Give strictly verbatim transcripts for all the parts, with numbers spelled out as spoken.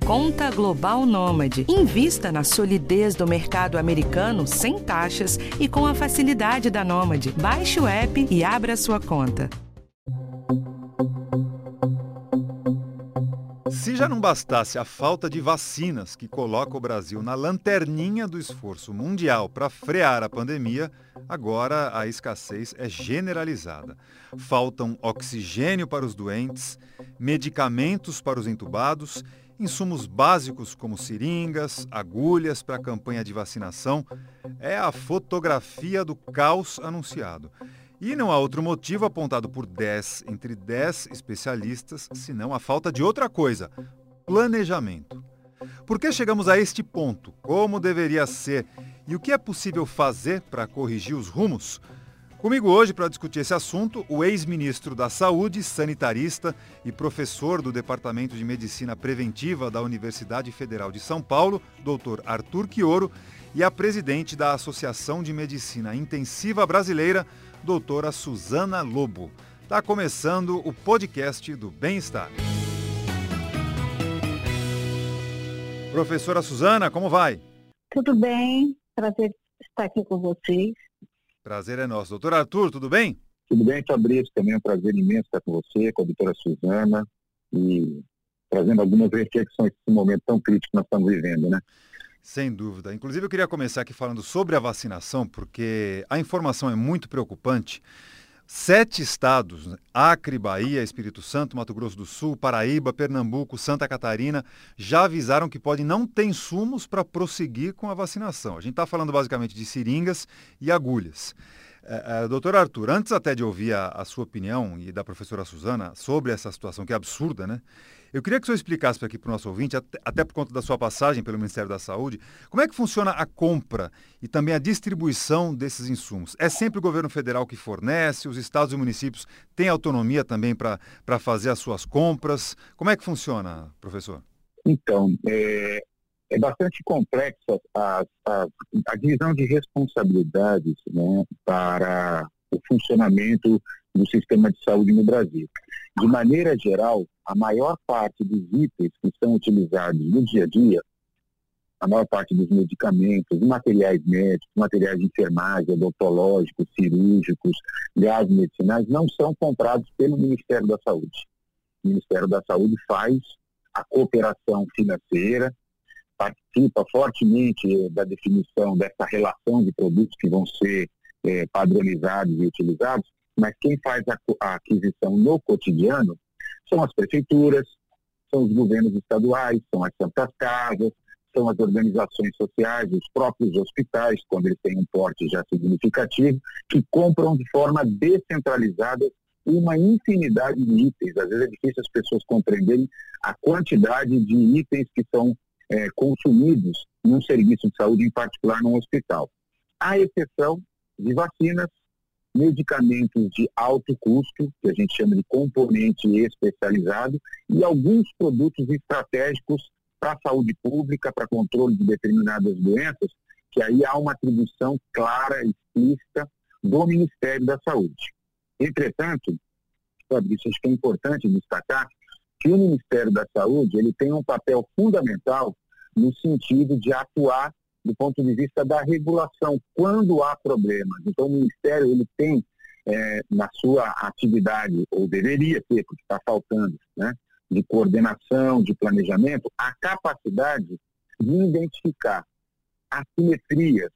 Conta Global Nômade. Invista na solidez do mercado americano sem taxas e com a facilidade da Nômade. Baixe o app e abra sua conta. Se já não bastasse a falta de vacinas que coloca o Brasil na lanterninha do esforço mundial para frear a pandemia, agora a escassez é generalizada. Faltam oxigênio para os doentes, medicamentos para os entubados, insumos básicos como seringas, agulhas para a campanha de vacinação. É a fotografia do caos anunciado. E não há outro motivo apontado por dez entre dez especialistas, senão a falta de outra coisa: planejamento. Por que chegamos a este ponto? Como deveria ser? E o que é possível fazer para corrigir os rumos? Comigo hoje, para discutir esse assunto, o ex-ministro da Saúde, sanitarista e professor do Departamento de Medicina Preventiva da Universidade Federal de São Paulo, doutor Arthur Quioro, e a presidente da Associação de Medicina Intensiva Brasileira, doutora Suzana Lobo. Está começando o podcast do Bem-Estar. Professora Suzana, como vai? Tudo bem, prazer estar aqui com vocês. Prazer é nosso. Doutor Arthur, tudo bem? Tudo bem, Fabrício, também é um prazer imenso estar com você, com a doutora Suzana, e trazendo algumas reflexões nesse momento tão crítico que nós estamos vivendo, né? Sem dúvida. Inclusive, eu queria começar aqui falando sobre a vacinação, porque a informação é muito preocupante. Sete estados, Acre, Bahia, Espírito Santo, Mato Grosso do Sul, Paraíba, Pernambuco, Santa Catarina, já avisaram que podem não ter insumos para prosseguir com a vacinação. A gente está falando basicamente de seringas e agulhas. É, é, doutor Arthur, antes até de ouvir a, a sua opinião e da professora Suzana sobre essa situação que é absurda, né? Eu queria que o senhor explicasse aqui para o nosso ouvinte, até, até por conta da sua passagem pelo Ministério da Saúde, como é que funciona a compra e também a distribuição desses insumos? É sempre o governo federal que fornece, os estados e municípios têm autonomia também para para fazer as suas compras? Como é que funciona, professor? Então, é, é bastante complexa a, a, a divisão de responsabilidades, né, para o funcionamento do sistema de saúde no Brasil. De maneira geral, a maior parte dos itens que são utilizados no dia a dia, a maior parte dos medicamentos, materiais médicos, materiais de enfermagem, odontológicos, cirúrgicos, gases medicinais, não são comprados pelo Ministério da Saúde. O Ministério da Saúde faz a cooperação financeira, participa fortemente da definição dessa relação de produtos que vão ser é, padronizados e utilizados, mas quem faz a, a aquisição no cotidiano são as prefeituras, são os governos estaduais, são as santas casas, são as organizações sociais, os próprios hospitais, quando eles têm um porte já significativo, que compram de forma descentralizada uma infinidade de itens. Às vezes é difícil as pessoas compreenderem a quantidade de itens que são é, consumidos num serviço de saúde, em particular num hospital. À exceção de vacinas, medicamentos de alto custo, que a gente chama de componente especializado, e alguns produtos estratégicos para a saúde pública, para controle de determinadas doenças, que aí há uma atribuição clara e explícita do Ministério da Saúde. Entretanto, Fabrício, acho que é importante destacar que o Ministério da Saúde ele tem um papel fundamental no sentido de atuar do ponto de vista da regulação, quando há problemas. Então, o Ministério ele tem, é, na sua atividade, ou deveria ter, porque está faltando, né, de coordenação, de planejamento, a capacidade de identificar assimetrias,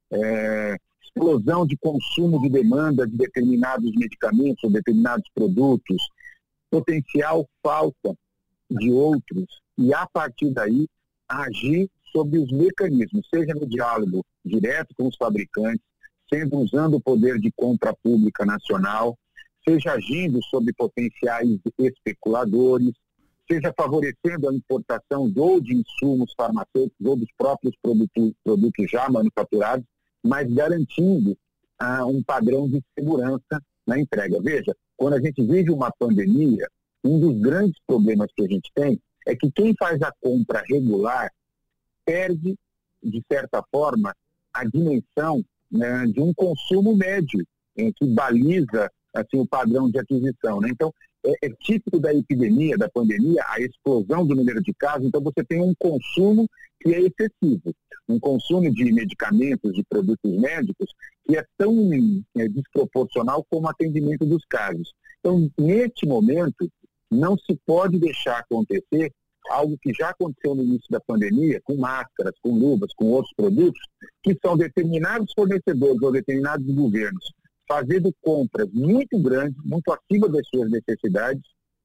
é, explosão de consumo de demanda de determinados medicamentos ou determinados produtos, potencial falta de outros, e a partir daí agir sobre os mecanismos, seja no diálogo direto com os fabricantes, sendo usando o poder de compra pública nacional, seja agindo sobre potenciais especuladores, seja favorecendo a importação ou de insumos farmacêuticos ou dos próprios produtos, produtos já manufaturados, mas garantindo ah, um padrão de segurança na entrega. Veja, quando a gente vive uma pandemia, um dos grandes problemas que a gente tem é que quem faz a compra regular perde, de certa forma, a dimensão, né, de um consumo médio, em que baliza assim, o padrão de aquisição. Né? Então, é, é típico da epidemia, da pandemia, a explosão do número de casos, então você tem um consumo que é excessivo, um consumo de medicamentos, de produtos médicos, que é tão é, desproporcional como o atendimento dos casos. Então, neste momento, não se pode deixar acontecer algo que já aconteceu no início da pandemia, com máscaras, com luvas, com outros produtos, que são determinados fornecedores ou determinados governos fazendo compras muito grandes, muito acima das suas necessidades,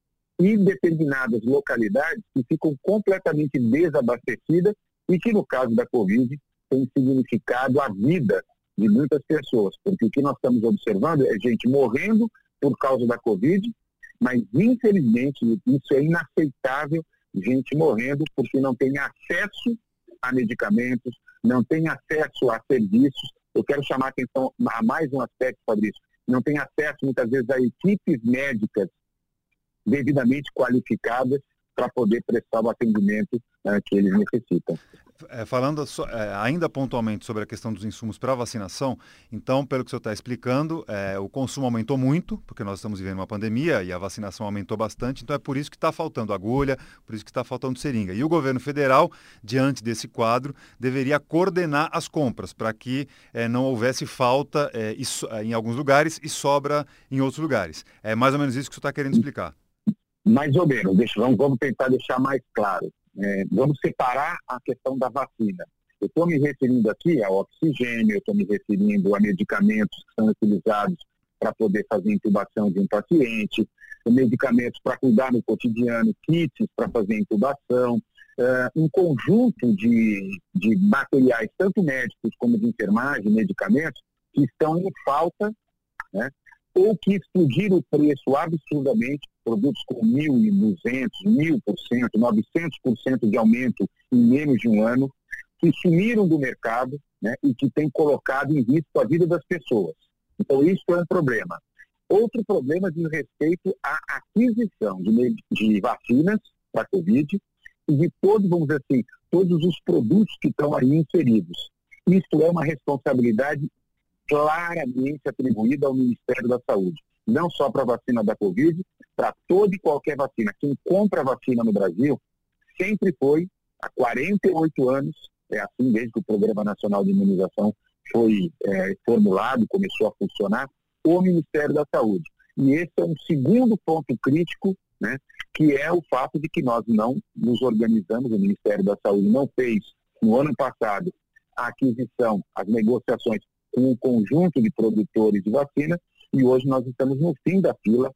e determinadas localidades que ficam completamente desabastecidas e que, no caso da Covid, tem significado a vida de muitas pessoas, porque o que nós estamos observando é gente morrendo por causa da Covid, mas, infelizmente, isso é inaceitável, gente morrendo porque não tem acesso a medicamentos, não tem acesso a serviços. Eu quero chamar a atenção a mais um aspecto, Fabrício. Não tem acesso, muitas vezes, a equipes médicas devidamente qualificadas para poder prestar o atendimento uh, que eles necessitam. É, falando so, é, ainda pontualmente sobre a questão dos insumos para vacinação, então, pelo que o senhor está explicando, é, o consumo aumentou muito, porque nós estamos vivendo uma pandemia e a vacinação aumentou bastante, então é por isso que está faltando agulha, por isso que está faltando seringa. E o governo federal, diante desse quadro, deveria coordenar as compras para que é, não houvesse falta é, isso, é, em alguns lugares e sobra em outros lugares. É mais ou menos isso que o senhor está querendo explicar. Mais ou menos, deixa, vamos, vamos tentar deixar mais claro. É, vamos separar a questão da vacina. Eu estou me referindo aqui ao oxigênio, eu estou me referindo a medicamentos que são utilizados para poder fazer intubação de um paciente, medicamentos para cuidar no cotidiano, kits para fazer intubação, uh, um conjunto de, de materiais, tanto médicos como de enfermagem, medicamentos, que estão em falta, né? Ou que explodiram o preço absurdamente, produtos com mil e duzentos, mil por cento, novecentos por cento de aumento em menos de um ano, que sumiram do mercado, né, e que tem colocado em risco a vida das pessoas. Então, isso é um problema. Outro problema diz respeito à aquisição de, de vacinas para a Covid e de todos, vamos dizer assim, todos os produtos que estão aí inseridos. Isso é uma responsabilidade claramente atribuída ao Ministério da Saúde, não só para a vacina da Covid, para toda e qualquer vacina. Quem compra vacina no Brasil sempre foi, há quarenta e oito anos, é assim desde que o Programa Nacional de Imunização foi é, formulado, começou a funcionar, o Ministério da Saúde. E esse é um segundo ponto crítico, né, que é o fato de que nós não nos organizamos, o Ministério da Saúde não fez, no ano passado, a aquisição, as negociações com um conjunto de produtores de vacina, e hoje nós estamos no fim da fila,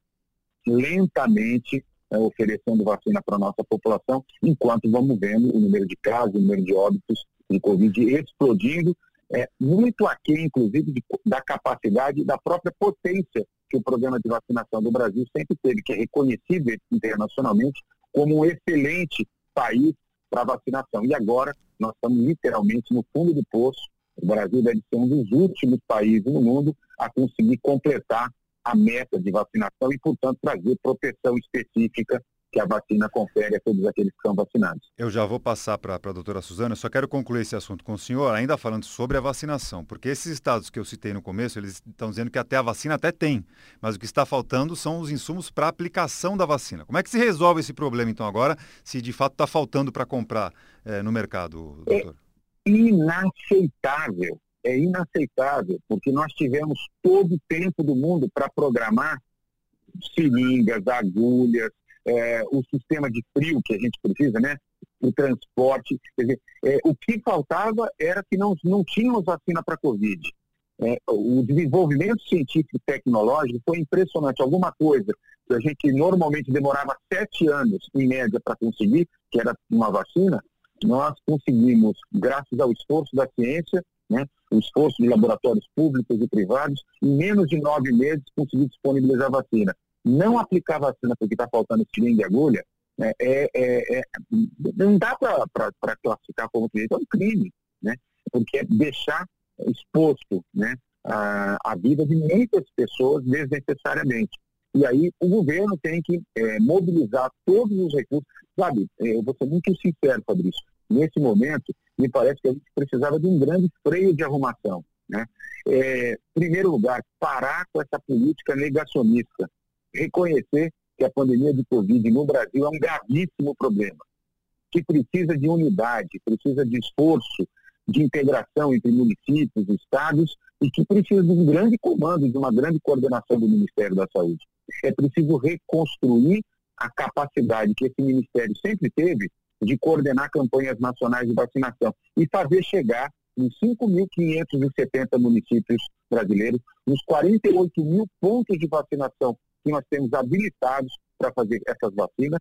lentamente é, oferecendo vacina para a nossa população, enquanto vamos vendo o número de casos, o número de óbitos de Covid explodindo, é, muito aquém, inclusive, de, da capacidade, da própria potência que o programa de vacinação do Brasil sempre teve, que é reconhecido internacionalmente como um excelente país para vacinação. E agora nós estamos literalmente no fundo do poço. O Brasil deve ser um dos últimos países no mundo a conseguir completar a meta de vacinação e, portanto, trazer proteção específica que a vacina confere a todos aqueles que são vacinados. Eu já vou passar para a doutora Suzana, eu só quero concluir esse assunto com o senhor, ainda falando sobre a vacinação, porque esses estados que eu citei no começo, eles estão dizendo que até a vacina até tem, mas o que está faltando são os insumos para a aplicação da vacina. Como é que se resolve esse problema, então, agora, se de fato está faltando para comprar é, no mercado, doutor? É... Inaceitável, é inaceitável, porque nós tivemos todo o tempo do mundo para programar seringas, agulhas, é, o sistema de frio que a gente precisa, né? O transporte. Quer dizer, é, o que faltava era que não, não tínhamos vacina para a Covid. É, o desenvolvimento científico e tecnológico foi impressionante. Alguma coisa que a gente normalmente demorava sete anos, em média, para conseguir, que era uma vacina, nós conseguimos, graças ao esforço da ciência, né, o esforço de laboratórios públicos e privados, em menos de nove meses conseguir disponibilizar a vacina. Não aplicar a vacina porque está faltando seringa e agulha, né, é, é, é, não dá para classificar como crime, é um crime, né, porque é deixar exposto, né, a, a vida de muitas pessoas desnecessariamente. E aí o governo tem que é, mobilizar todos os recursos. Sabe, eu vou ser muito sincero, Fabrício, nesse momento, me parece que a gente precisava de um grande freio de arrumação, né? É, em primeiro lugar, parar com essa política negacionista, reconhecer que a pandemia de Covid no Brasil é um gravíssimo problema, que precisa de unidade, precisa de esforço, de integração entre municípios, estados, e que precisa de um grande comando, de uma grande coordenação do Ministério da Saúde. É preciso reconstruir a capacidade que esse Ministério sempre teve de coordenar campanhas nacionais de vacinação e fazer chegar nos cinco mil quinhentos e setenta municípios brasileiros, nos quarenta e oito mil pontos de vacinação que nós temos habilitados para fazer essas vacinas,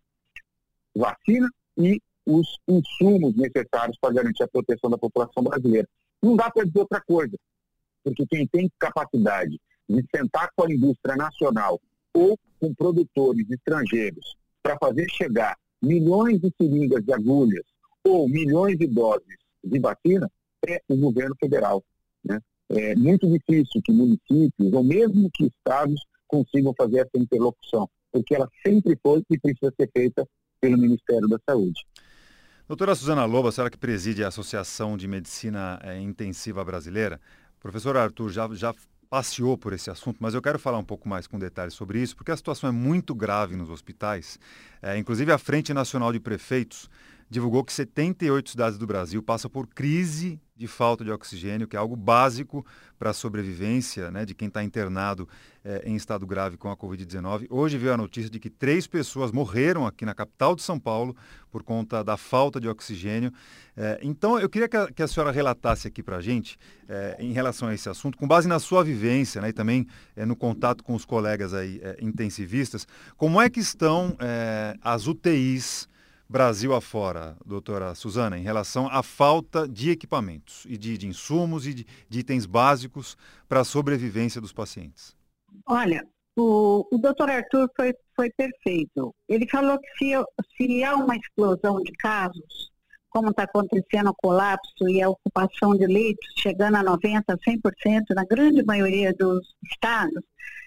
vacina e os insumos necessários para garantir a proteção da população brasileira. Não dá para dizer outra coisa, porque quem tem capacidade de sentar com a indústria nacional ou com produtores estrangeiros para fazer chegar milhões de seringas de agulhas ou milhões de doses de vacina é o governo federal, né? É muito difícil que municípios ou mesmo que estados consigam fazer essa interlocução, porque ela sempre foi e precisa ser feita pelo Ministério da Saúde. Doutora Suzana Lobo, a senhora que preside a Associação de Medicina Intensiva Brasileira, o professor Arthur já, já passeou por esse assunto, mas eu quero falar um pouco mais com detalhes sobre isso, porque a situação é muito grave nos hospitais. É, inclusive, a Frente Nacional de Prefeitos divulgou que setenta e oito cidades do Brasil passam por crise de falta de oxigênio, que é algo básico para a sobrevivência, né, de quem está internado é, em estado grave com a covid dezenove. Hoje veio a notícia de que três pessoas morreram aqui na capital de São Paulo por conta da falta de oxigênio. É, então, eu queria que a, que a senhora relatasse aqui para a gente, é, em relação a esse assunto, com base na sua vivência, né, e também é, no contato com os colegas aí, é, intensivistas, como é que estão é, as U T Is Brasil afora, doutora Suzana, em relação à falta de equipamentos e de, de insumos e de, de itens básicos para a sobrevivência dos pacientes? Olha, o, o doutor Arthur foi, foi perfeito. Ele falou que se, se há uma explosão de casos, como está acontecendo o colapso e a ocupação de leitos chegando a noventa por cento, cem por cento na grande maioria dos estados,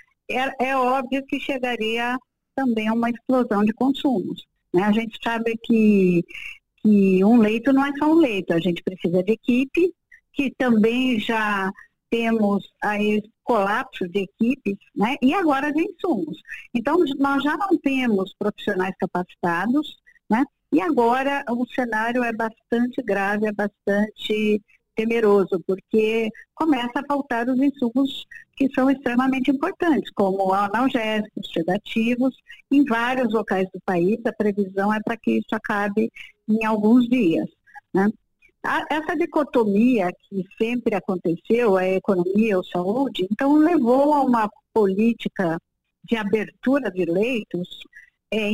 é, é óbvio que chegaria também a uma explosão de consumos. Né? A gente sabe que, que um leito não é só um leito, a gente precisa de equipe, que também já temos aí colapso de equipes, né? E agora de insumos. Então, nós já não temos profissionais capacitados, né? E agora o cenário é bastante grave, é bastante temeroso, porque começa a faltar os insumos que são extremamente importantes, como analgésicos, sedativos, em vários locais do país. A previsão é para que isso acabe em alguns dias, né? Essa dicotomia que sempre aconteceu, a economia ou saúde, então levou a uma política de abertura de leitos é,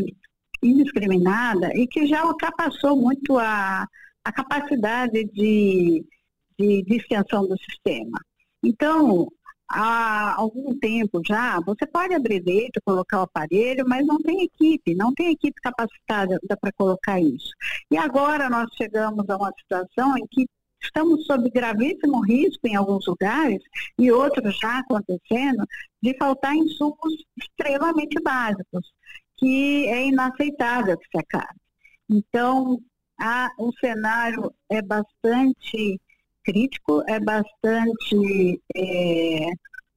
indiscriminada e que já ultrapassou muito a a capacidade de, de, de extensão do sistema. Então, há algum tempo já, você pode abrir leito, colocar o aparelho, mas não tem equipe, não tem equipe capacitada para colocar isso. E agora nós chegamos a uma situação em que estamos sob gravíssimo risco em alguns lugares, e outros já acontecendo, de faltar insumos extremamente básicos, que é inaceitável que se acabe. Então, Ah, o cenário é bastante crítico, é bastante é,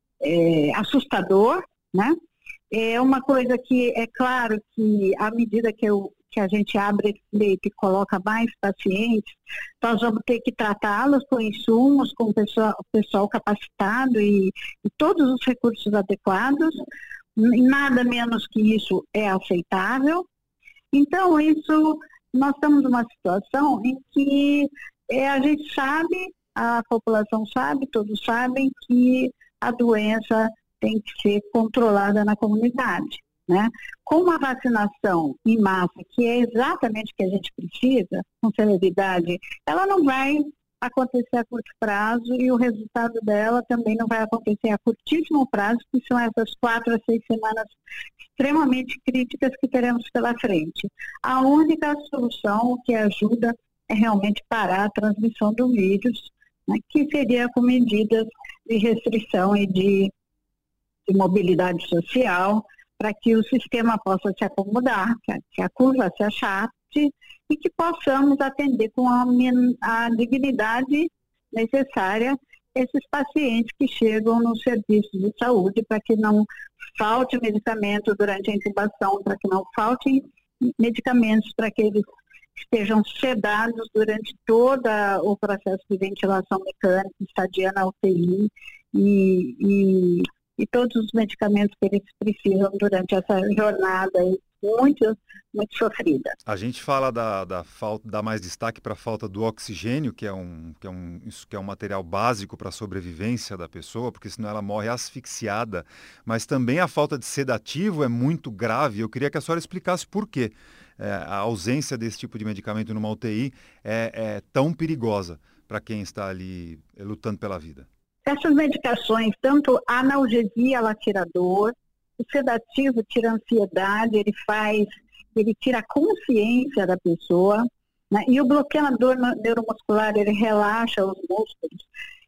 é, assustador, né? É uma coisa que é claro que à medida que, eu, que a gente abre leito e coloca mais pacientes, nós vamos ter que tratá-los com insumos, com pessoal, pessoal capacitado e, e todos os recursos adequados. Nada menos que isso é aceitável. Então, isso... Nós estamos numa situação em que é, a gente sabe, a população sabe, todos sabem que a doença tem que ser controlada na comunidade, né? Com a vacinação em massa, que é exatamente o que a gente precisa, com celeridade, ela não vai acontecer a curto prazo e o resultado dela também não vai acontecer a curtíssimo prazo, que são essas quatro a seis semanas extremamente críticas que teremos pela frente. A única solução que ajuda é realmente parar a transmissão do vírus, né, que seria com medidas de restrição e de, de mobilidade social, para que o sistema possa se acomodar, que a, que a curva se achate e que possamos atender com a, a dignidade necessária esses pacientes que chegam nos serviços de saúde, para que não falte medicamento durante a intubação, para que não faltem medicamentos, para que eles estejam sedados durante todo o processo de ventilação mecânica, estadia na U T I e, e, e todos os medicamentos que eles precisam durante essa jornada muito, muito sofrida. A gente fala da, da falta, dá mais destaque para a falta do oxigênio, que é um, que é um, isso que é um material básico para a sobrevivência da pessoa, porque senão ela morre asfixiada. Mas também a falta de sedativo é muito grave. Eu queria que a senhora explicasse por quê é, a ausência desse tipo de medicamento numa U T I é, é tão perigosa para quem está ali lutando pela vida. Essas medicações, tanto a analgesia, ela tira dor, o sedativo tira a ansiedade, ele faz, ele tira a consciência da pessoa, né? E o bloqueador neuromuscular, ele relaxa os músculos.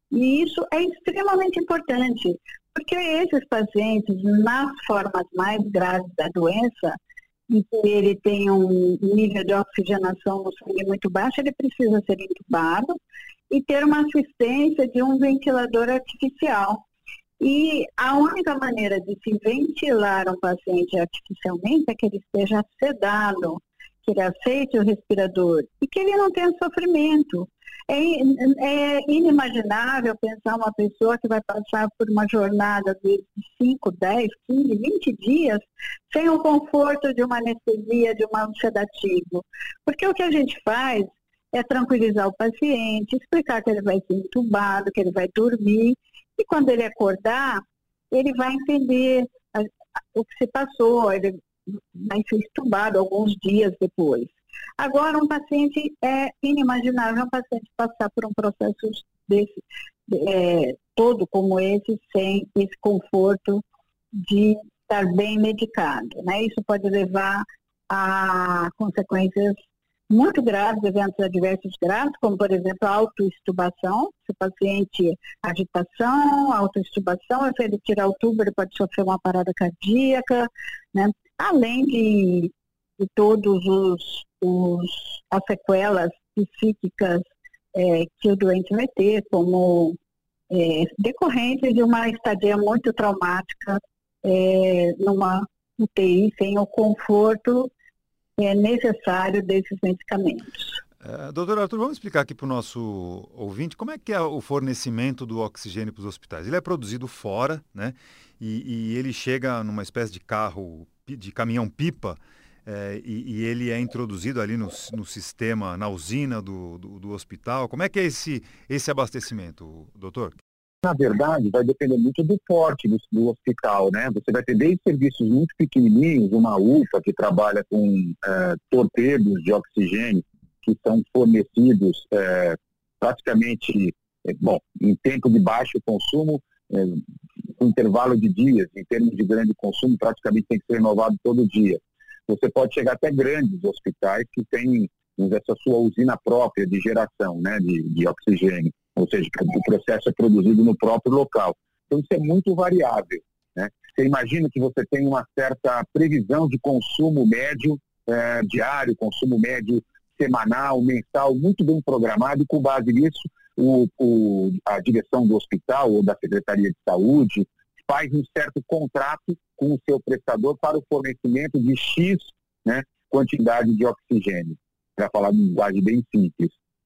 E isso é extremamente importante, porque esses pacientes, nas formas mais graves da doença, em que ele tem um nível de oxigenação no sangue muito baixo, ele precisa ser entubado e ter uma assistência de um ventilador artificial. E a única maneira de se ventilar um paciente artificialmente é que ele esteja sedado, que ele aceite o respirador e que ele não tenha sofrimento. É, é inimaginável pensar uma pessoa que vai passar por uma jornada de cinco, dez, quinze, vinte dias sem o conforto de uma anestesia, de um sedativo. Porque o que a gente faz é tranquilizar o paciente, explicar que ele vai ser entubado, que ele vai dormir. E quando ele acordar, ele vai entender a, a, o que se passou, ele vai ser entubado alguns dias depois. Agora, um paciente é inimaginável um paciente passar por um processo desse, é, todo como esse, sem esse conforto de estar bem medicado, né? Isso pode levar a consequências muito graves, eventos adversos graves, como, por exemplo, a autoestubação. Se o paciente, agitação, autoestubação, se ele tirar o tubo, ele pode sofrer uma parada cardíaca, né? Além de, de todos os, os as sequelas psíquicas é, que o doente vai ter, como é, decorrente de uma estadia muito traumática é, numa U T I, sem o conforto é necessário desses medicamentos. Uh, doutor Arthur, vamos explicar aqui para o nosso ouvinte como é que é o fornecimento do oxigênio para os hospitais. Ele é produzido fora, né? E, e ele chega numa espécie de carro, de caminhão-pipa, é, e, e ele é introduzido ali no, no sistema, na usina do, do, do hospital. Como é que é esse, esse abastecimento, doutor? Na verdade, vai depender muito do porte do, do hospital, né? Você vai ter desde serviços muito pequenininhos, uma U P A que trabalha com é, torpedos de oxigênio, que são fornecidos é, praticamente, é, bom, em tempo de baixo consumo, é, com intervalo de dias, em termos de grande consumo, praticamente tem que ser renovado todo dia. Você pode chegar até grandes hospitais que têm essa sua usina própria de geração, né, de, de oxigênio. Ou seja, o processo é produzido no próprio local. Então, isso é muito variável, né? Você imagina que você tem uma certa previsão de consumo médio é, diário, consumo médio semanal, mensal, muito bem programado, e com base nisso, o, o, a direção do hospital ou da Secretaria de Saúde faz um certo contrato com o seu prestador para o fornecimento de X, né, quantidade de oxigênio, para falar de linguagem bem simples.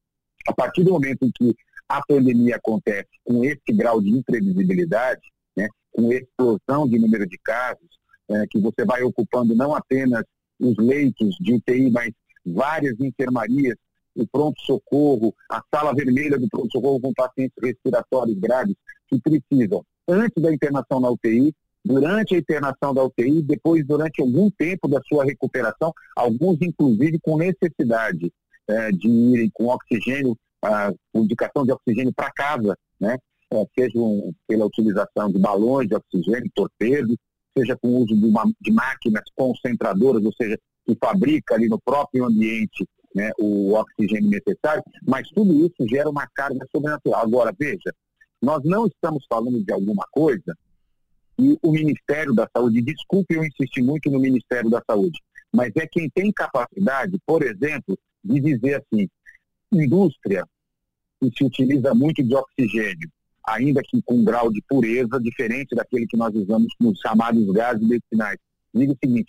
A partir do momento em que a pandemia acontece com esse grau de imprevisibilidade, né, com explosão de número de casos, é, que você vai ocupando não apenas os leitos de U T I, mas várias enfermarias, o pronto-socorro, a sala vermelha do pronto-socorro com pacientes respiratórios graves que precisam, antes da internação na U T I, durante a internação da U T I, depois durante algum tempo da sua recuperação, alguns inclusive com necessidade é, de irem com oxigênio, a indicação de oxigênio para casa, né? É, seja um, pela utilização de balões de oxigênio, torpedos, seja com o uso de, uma, de máquinas concentradoras, ou seja, que fabrica ali no próprio ambiente, né, o oxigênio necessário, mas tudo isso gera uma carga sobrenatural. Agora, veja, nós não estamos falando de alguma coisa e o Ministério da Saúde, desculpe eu insistir muito no Ministério da Saúde, mas é quem tem capacidade, por exemplo, de dizer assim, indústria que se utiliza muito de oxigênio, ainda que com um grau de pureza diferente daquele que nós usamos nos chamados gases medicinais. Diga o seguinte,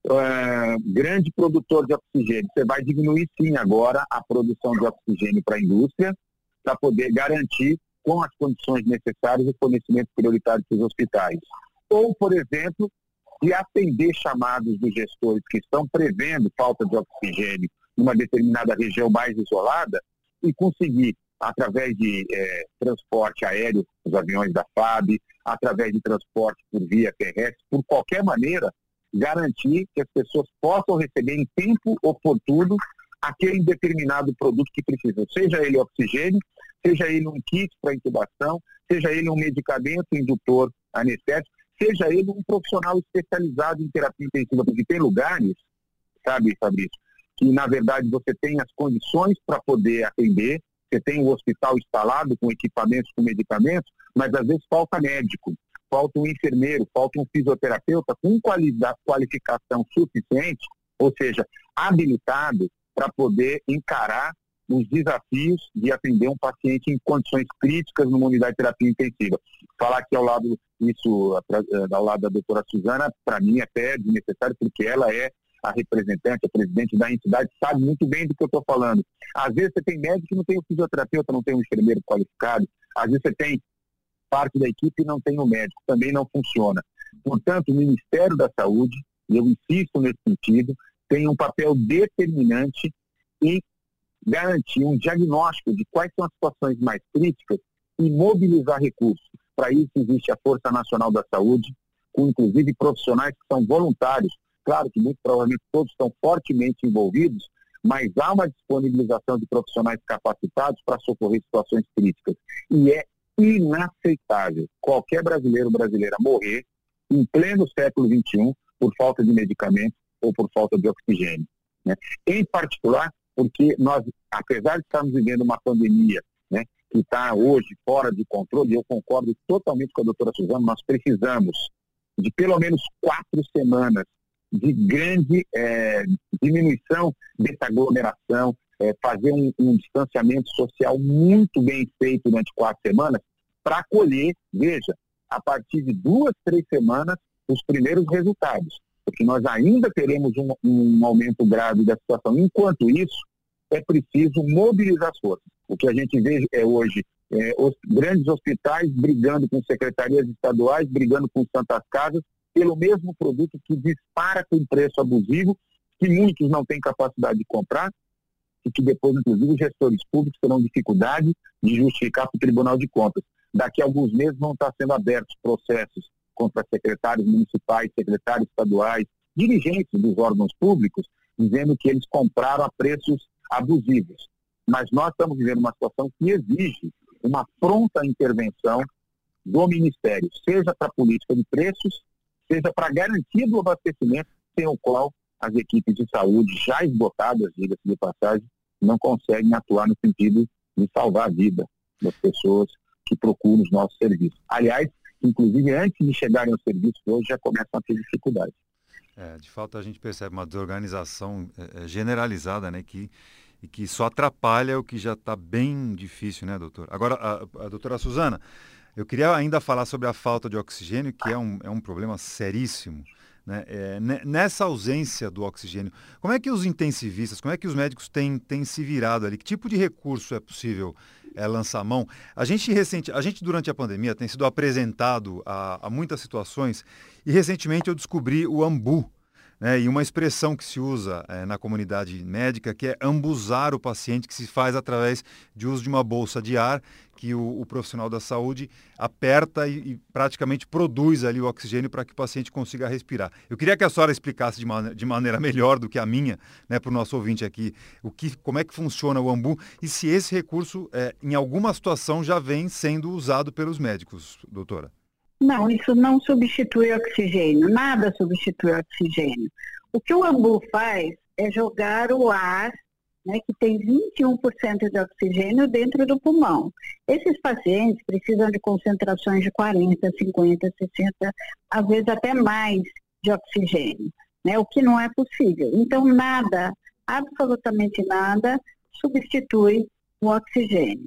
uh, grande produtor de oxigênio, você vai diminuir sim agora a produção de oxigênio para a indústria, para poder garantir com as condições necessárias o fornecimento prioritário para os hospitais. Ou, por exemplo, de atender chamados dos gestores que estão prevendo falta de oxigênio numa determinada região mais isolada e conseguir, através de eh, transporte aéreo, os aviões da F A B, através de transporte por via terrestre, por qualquer maneira, garantir que as pessoas possam receber em tempo oportuno aquele determinado produto que precisam, seja ele oxigênio, seja ele um kit para intubação, seja ele um medicamento indutor anestésico, seja ele um profissional especializado em terapia intensiva, porque tem lugares, sabe, Fabrício, que na verdade você tem as condições para poder atender, você tem o hospital instalado com equipamentos, com medicamentos, mas às vezes falta médico, falta um enfermeiro, falta um fisioterapeuta com qualidade, qualificação suficiente, ou seja, habilitado para poder encarar os desafios de atender um paciente em condições críticas numa unidade de terapia intensiva. Falar aqui ao lado, isso, ao lado da doutora Suzana, para mim até é desnecessário, porque ela é a representante, a presidente da entidade, sabe muito bem do que eu estou falando. Às vezes você tem médico que não tem o fisioterapeuta, não tem um enfermeiro qualificado, às vezes você tem parte da equipe e não tem o médico, também não funciona. Portanto, o Ministério da Saúde, e eu insisto nesse sentido, tem um papel determinante em garantir um diagnóstico de quais são as situações mais críticas e mobilizar recursos. Para isso existe a Força Nacional da Saúde, com inclusive profissionais que são voluntários. Claro que muito provavelmente todos estão fortemente envolvidos, mas há uma disponibilização de profissionais capacitados para socorrer situações críticas. E é inaceitável qualquer brasileiro ou brasileira morrer em pleno século vinte e um por falta de medicamento ou por falta de oxigênio, né? Em particular, porque nós, apesar de estarmos vivendo uma pandemia, né, que está hoje fora de controle, eu concordo totalmente com a doutora Suzana, nós precisamos de pelo menos quatro semanas de grande é, diminuição dessa aglomeração, é, fazer um, um distanciamento social muito bem feito durante quatro semanas, para colher, veja, a partir de duas, três semanas, os primeiros resultados, porque nós ainda teremos um, um aumento grave da situação. Enquanto isso, é preciso mobilizar as forças. O que a gente vê é hoje é, os grandes hospitais brigando com secretarias estaduais, brigando com santas casas, pelo mesmo produto que dispara com preço abusivo, que muitos não têm capacidade de comprar, e que depois, inclusive, os gestores públicos terão dificuldade de justificar para o Tribunal de Contas. Daqui a alguns meses vão estar sendo abertos processos contra secretários municipais, secretários estaduais, dirigentes dos órgãos públicos, dizendo que eles compraram a preços abusivos. Mas nós estamos vivendo uma situação que exige uma pronta intervenção do Ministério, seja para a política de preços, seja para a garantia do abastecimento, sem o qual as equipes de saúde, já esgotadas, diga-se de passagem, não conseguem atuar no sentido de salvar a vida das pessoas que procuram os nossos serviços. Aliás, inclusive antes de chegarem aos serviços hoje, já começam a ter dificuldade. É, de fato, a gente percebe uma desorganização é, generalizada, né, que, e que só atrapalha o que já está bem difícil, né, doutor? Agora, a, a doutora Suzana, eu queria ainda falar sobre a falta de oxigênio, que é um, é um problema seríssimo, né? É, nessa ausência do oxigênio, como é que os intensivistas, como é que os médicos têm, têm se virado ali? Que tipo de recurso é possível é, lançar mão? A gente, recente, a gente, durante a pandemia, tem sido apresentado a, a muitas situações e, recentemente, eu descobri o AMBU, né, e uma expressão que se usa é, na comunidade médica, que é ambuzar o paciente, que se faz através de uso de uma bolsa de ar, que o, o profissional da saúde aperta e, e praticamente produz ali o oxigênio para que o paciente consiga respirar. Eu queria que a senhora explicasse de, man- de maneira melhor do que a minha, né, para o nosso ouvinte aqui, o que, como é que funciona o AMBU e se esse recurso, é, em alguma situação, já vem sendo usado pelos médicos, doutora. Não, isso não substitui oxigênio, nada substitui oxigênio. O que o AMBU faz é jogar o ar, né, que tem vinte e um por cento de oxigênio dentro do pulmão. Esses pacientes precisam de concentrações de quarenta, cinquenta, sessenta, às vezes até mais de oxigênio, né, o que não é possível. Então, nada, absolutamente nada, substitui o oxigênio.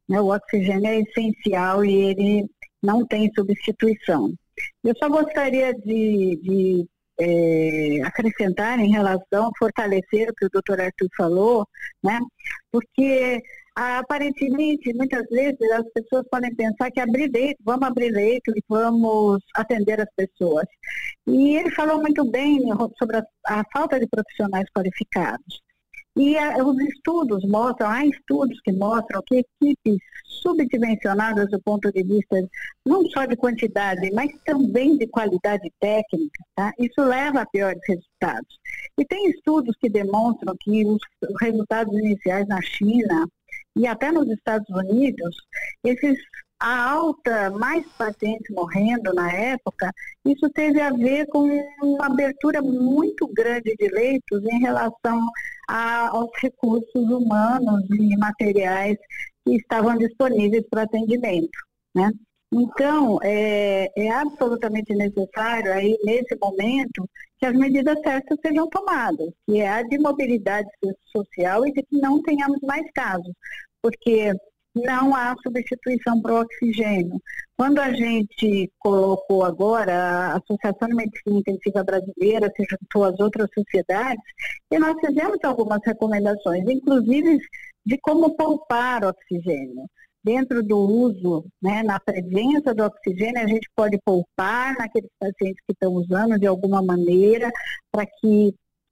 né? O oxigênio é essencial e ele não tem substituição. Eu só gostaria de, de é, acrescentar em relação, fortalecer o que o doutor Arthur falou, né? Porque aparentemente, muitas vezes, as pessoas podem pensar que abrir leito, vamos abrir leito e vamos atender as pessoas. E ele falou muito bem sobre a, a falta de profissionais qualificados. E a, os estudos mostram, há estudos que mostram que equipes subdimensionadas do ponto de vista não só de quantidade, mas também de qualidade técnica, tá? Isso leva a piores resultados. E tem estudos que demonstram que os resultados iniciais na China e até nos Estados Unidos, esses, a alta, mais pacientes morrendo na época, isso teve a ver com uma abertura muito grande de leitos em relação a, aos recursos humanos e materiais que estavam disponíveis para atendimento, né? Então, é, é absolutamente necessário, aí, nesse momento, que as medidas certas sejam tomadas, que é a de mobilidade social e de que não tenhamos mais casos, porque não há substituição para o oxigênio. Quando a gente colocou agora, a Associação de Medicina Intensiva Brasileira se juntou às outras sociedades, e nós fizemos algumas recomendações, inclusive de como poupar oxigênio. Dentro do uso, né, na presença do oxigênio, a gente pode poupar naqueles pacientes que estão usando de alguma maneira para que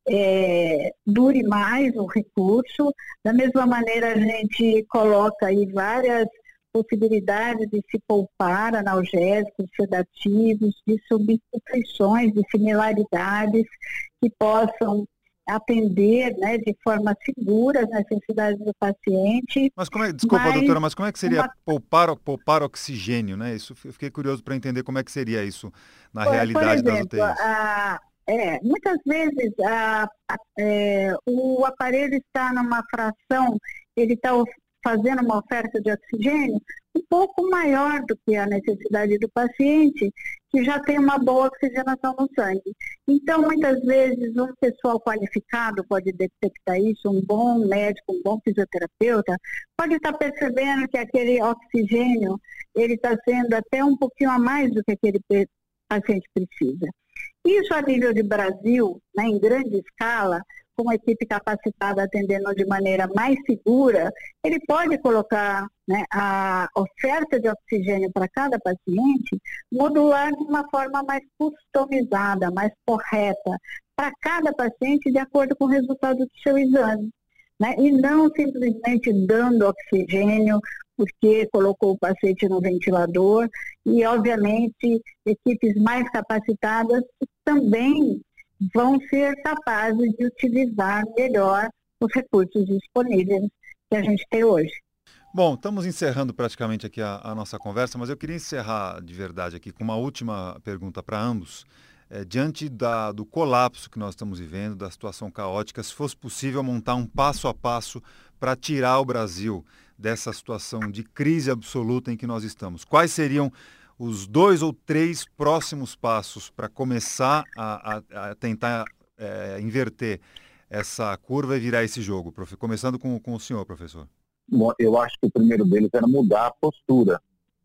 é, dure mais o recurso. Da mesma maneira, a gente coloca aí várias possibilidades de se poupar analgésicos, sedativos, de substituições, de similaridades que possam atender, né, de forma segura as necessidades do paciente. Mas como é, desculpa, mas, doutora, mas como é que seria uma... poupar, poupar oxigênio, né? Isso, eu fiquei curioso para entender como é que seria isso na por, realidade por exemplo, das U T Is. A, é, muitas vezes a, a, é, o aparelho está numa fração, ele está fazendo uma oferta de oxigênio um pouco maior do que a necessidade do paciente, que já tem uma boa oxigenação no sangue. Então, muitas vezes, um pessoal qualificado pode detectar isso, um bom médico, um bom fisioterapeuta, pode estar percebendo que aquele oxigênio, ele está sendo até um pouquinho a mais do que aquele paciente precisa. Isso a nível de Brasil, né, em grande escala, com uma equipe capacitada atendendo de maneira mais segura, ele pode colocar, né, a oferta de oxigênio para cada paciente, modular de uma forma mais customizada, mais correta, para cada paciente de acordo com o resultado do seu exame, né? E não simplesmente dando oxigênio porque colocou o paciente no ventilador e, obviamente, equipes mais capacitadas também vão ser capazes de utilizar melhor os recursos disponíveis que a gente tem hoje. Bom, estamos encerrando praticamente aqui a, a nossa conversa, mas eu queria encerrar de verdade aqui com uma última pergunta para ambos. É, diante da, do colapso que nós estamos vivendo, da situação caótica, se fosse possível montar um passo a passo para tirar o Brasil dessa situação de crise absoluta em que nós estamos, quais seriam os dois ou três próximos passos para começar a, a, a tentar é, inverter essa curva e virar esse jogo? Profe... Começando com, com o senhor, professor. Bom, eu acho que o primeiro deles era mudar a postura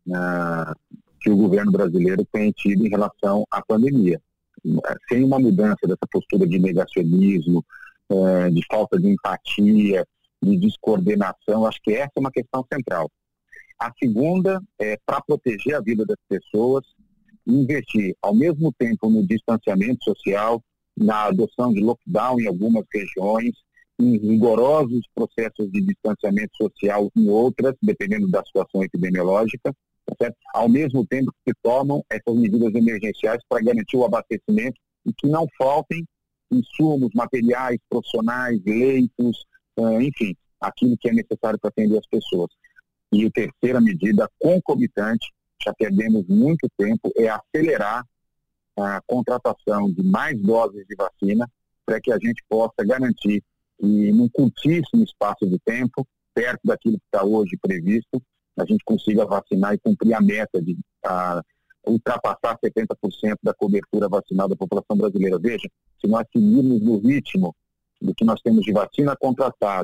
uh, que o governo brasileiro tem tido em relação à pandemia. Sem uma mudança dessa postura de negacionismo, uh, de falta de empatia, de descoordenação, acho que essa é uma questão central. A segunda é, para proteger a vida das pessoas, investir ao mesmo tempo no distanciamento social, na adoção de lockdown em algumas regiões, em rigorosos processos de distanciamento social em outras, dependendo da situação epidemiológica, tá certo? Ao mesmo tempo que tomam essas medidas emergenciais para garantir o abastecimento e que não faltem insumos, materiais, profissionais, leitos, uh, enfim, aquilo que é necessário para atender as pessoas. E a terceira medida, concomitante, já perdemos muito tempo, é acelerar a contratação de mais doses de vacina para que a gente possa garantir que, num curtíssimo espaço de tempo, perto daquilo que está hoje previsto, a gente consiga vacinar e cumprir a meta de a, ultrapassar setenta por cento da cobertura vacinal da população brasileira. Veja, se nós seguirmos no ritmo do que nós temos de vacina contratada,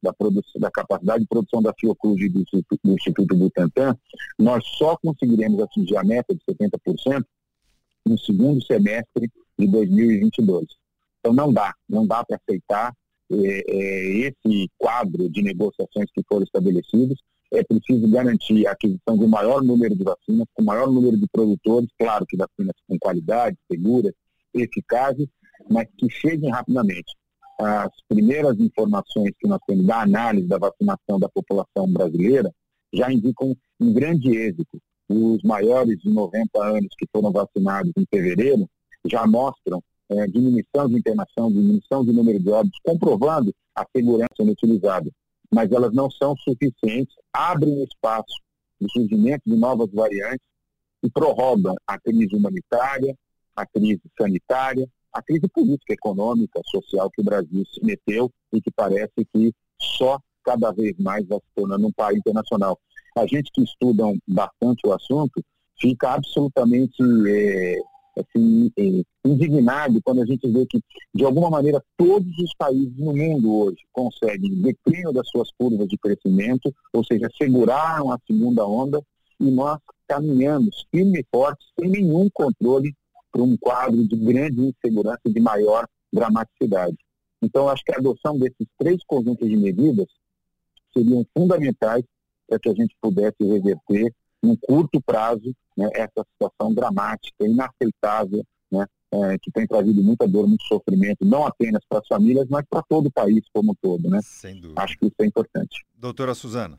da, produção, da capacidade de produção da Fiocruz do, do Instituto Butantan, nós só conseguiremos atingir a meta de setenta por cento no segundo semestre de dois mil e vinte e dois. Então não dá, não dá para aceitar é, é, esse quadro de negociações que foram estabelecidos. É preciso garantir a aquisição de um maior número de vacinas, com maior número de produtores, claro que vacinas com qualidade, seguras, eficazes, mas que cheguem rapidamente. As primeiras informações que nós temos da análise da vacinação da população brasileira já indicam um grande êxito. Os maiores de noventa anos que foram vacinados em fevereiro já mostram é, diminuição de internação, diminuição de número de óbitos, comprovando a segurança utilizada. Mas elas não são suficientes, abrem espaço do surgimento de novas variantes e prorrogam a crise humanitária, a crise sanitária, a crise política, econômica, social que o Brasil se meteu e que parece que só cada vez mais vai se tornando um país internacional. A gente que estuda bastante o assunto fica absolutamente é, assim, é, indignado quando a gente vê que, de alguma maneira, todos os países no mundo hoje conseguem declínio das suas curvas de crescimento, ou seja, seguraram a segunda onda, e nós caminhamos firme e forte, sem nenhum controle, para um quadro de grande insegurança e de maior dramaticidade. Então, acho que a adoção desses três conjuntos de medidas seriam fundamentais para que a gente pudesse reverter, num curto prazo, né, essa situação dramática, inaceitável, né, é, que tem trazido muita dor, muito sofrimento, não apenas para as famílias, mas para todo o país como um todo, né? Sem dúvida. Acho que isso é importante. Doutora Suzana.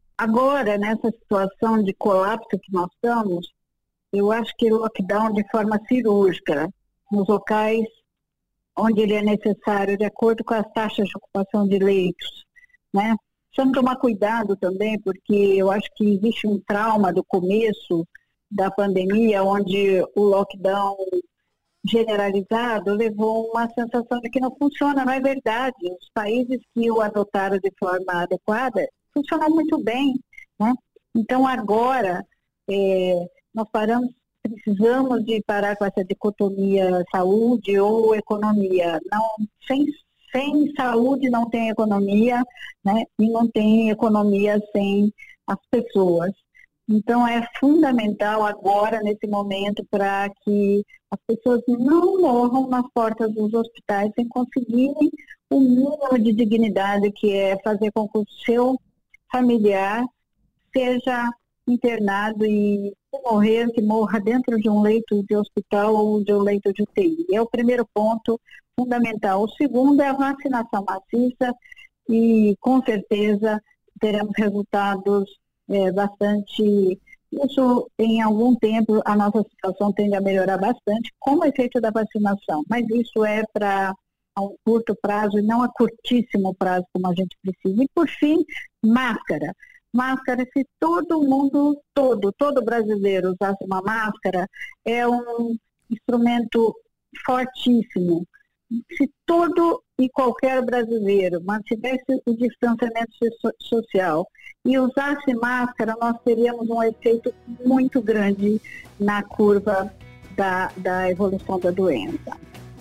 Agora, nessa situação de colapso que nós estamos, eu acho que o lockdown de forma cirúrgica, nos locais onde ele é necessário, de acordo com as taxas de ocupação de leitos, né? Precisamos tomar cuidado também, porque eu acho que existe um trauma do começo da pandemia, onde o lockdown generalizado levou uma sensação de que não funciona, não é verdade. Os países que o adotaram de forma adequada funcionam muito bem, né? Então agora é, nós paramos, precisamos de parar com essa dicotomia saúde ou economia. Não, sem, sem saúde não tem economia, né? E não tem economia sem as pessoas. Então é fundamental agora, nesse momento, para que as pessoas não morram nas portas dos hospitais sem conseguirem o mínimo de dignidade, que é fazer com que o seu familiar seja internado e se morrer, que morra dentro de um leito de hospital ou de um leito de U T I. É o primeiro ponto fundamental. O segundo é a vacinação maciça e, com certeza, teremos resultados é, bastante... Isso, em algum tempo, a nossa situação tende a melhorar bastante com o efeito da vacinação, mas isso é para a um curto prazo e não a curtíssimo prazo, como a gente precisa. E, por fim, máscara. Máscara, se todo mundo, todo, todo brasileiro usasse uma máscara, é um instrumento fortíssimo. Se todo e qualquer brasileiro mantivesse o distanciamento social e usasse máscara, nós teríamos um efeito muito grande na curva da, da evolução da doença.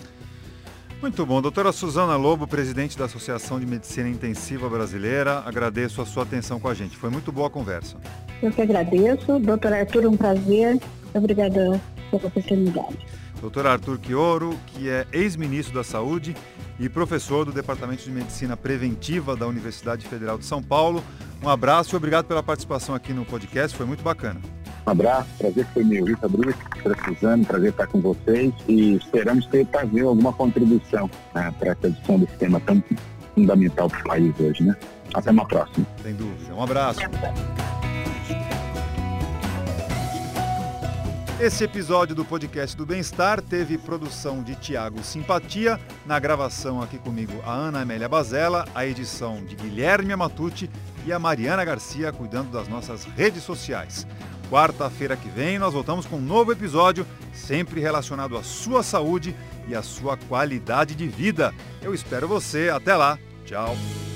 Muito bom. Doutora Suzana Lobo, presidente da Associação de Medicina Intensiva Brasileira, agradeço a sua atenção com a gente. Foi muito boa a conversa. Eu que agradeço. Doutor Arthur, um prazer. Obrigada pela oportunidade. Doutor Arthur Quioro, que é ex-ministro da Saúde e professor do Departamento de Medicina Preventiva da Universidade Federal de São Paulo. Um abraço e obrigado pela participação aqui no podcast, foi muito bacana. Um abraço, prazer foi meu, Rita Bruce, doutora Suzana, prazer estar com vocês e esperamos ter trazer alguma contribuição, né, para essa edição desse tema tão fundamental para o país hoje, né? Até uma próxima. Sem dúvida. Um abraço. Esse episódio do podcast do Bem-Estar teve produção de Tiago Simpatia, na gravação aqui comigo a Ana Amélia Bazella, a edição de Guilherme Amatucci e a Mariana Garcia cuidando das nossas redes sociais. Quarta-feira que vem nós voltamos com um novo episódio, sempre relacionado à sua saúde e à sua qualidade de vida. Eu espero você. Até lá. Tchau.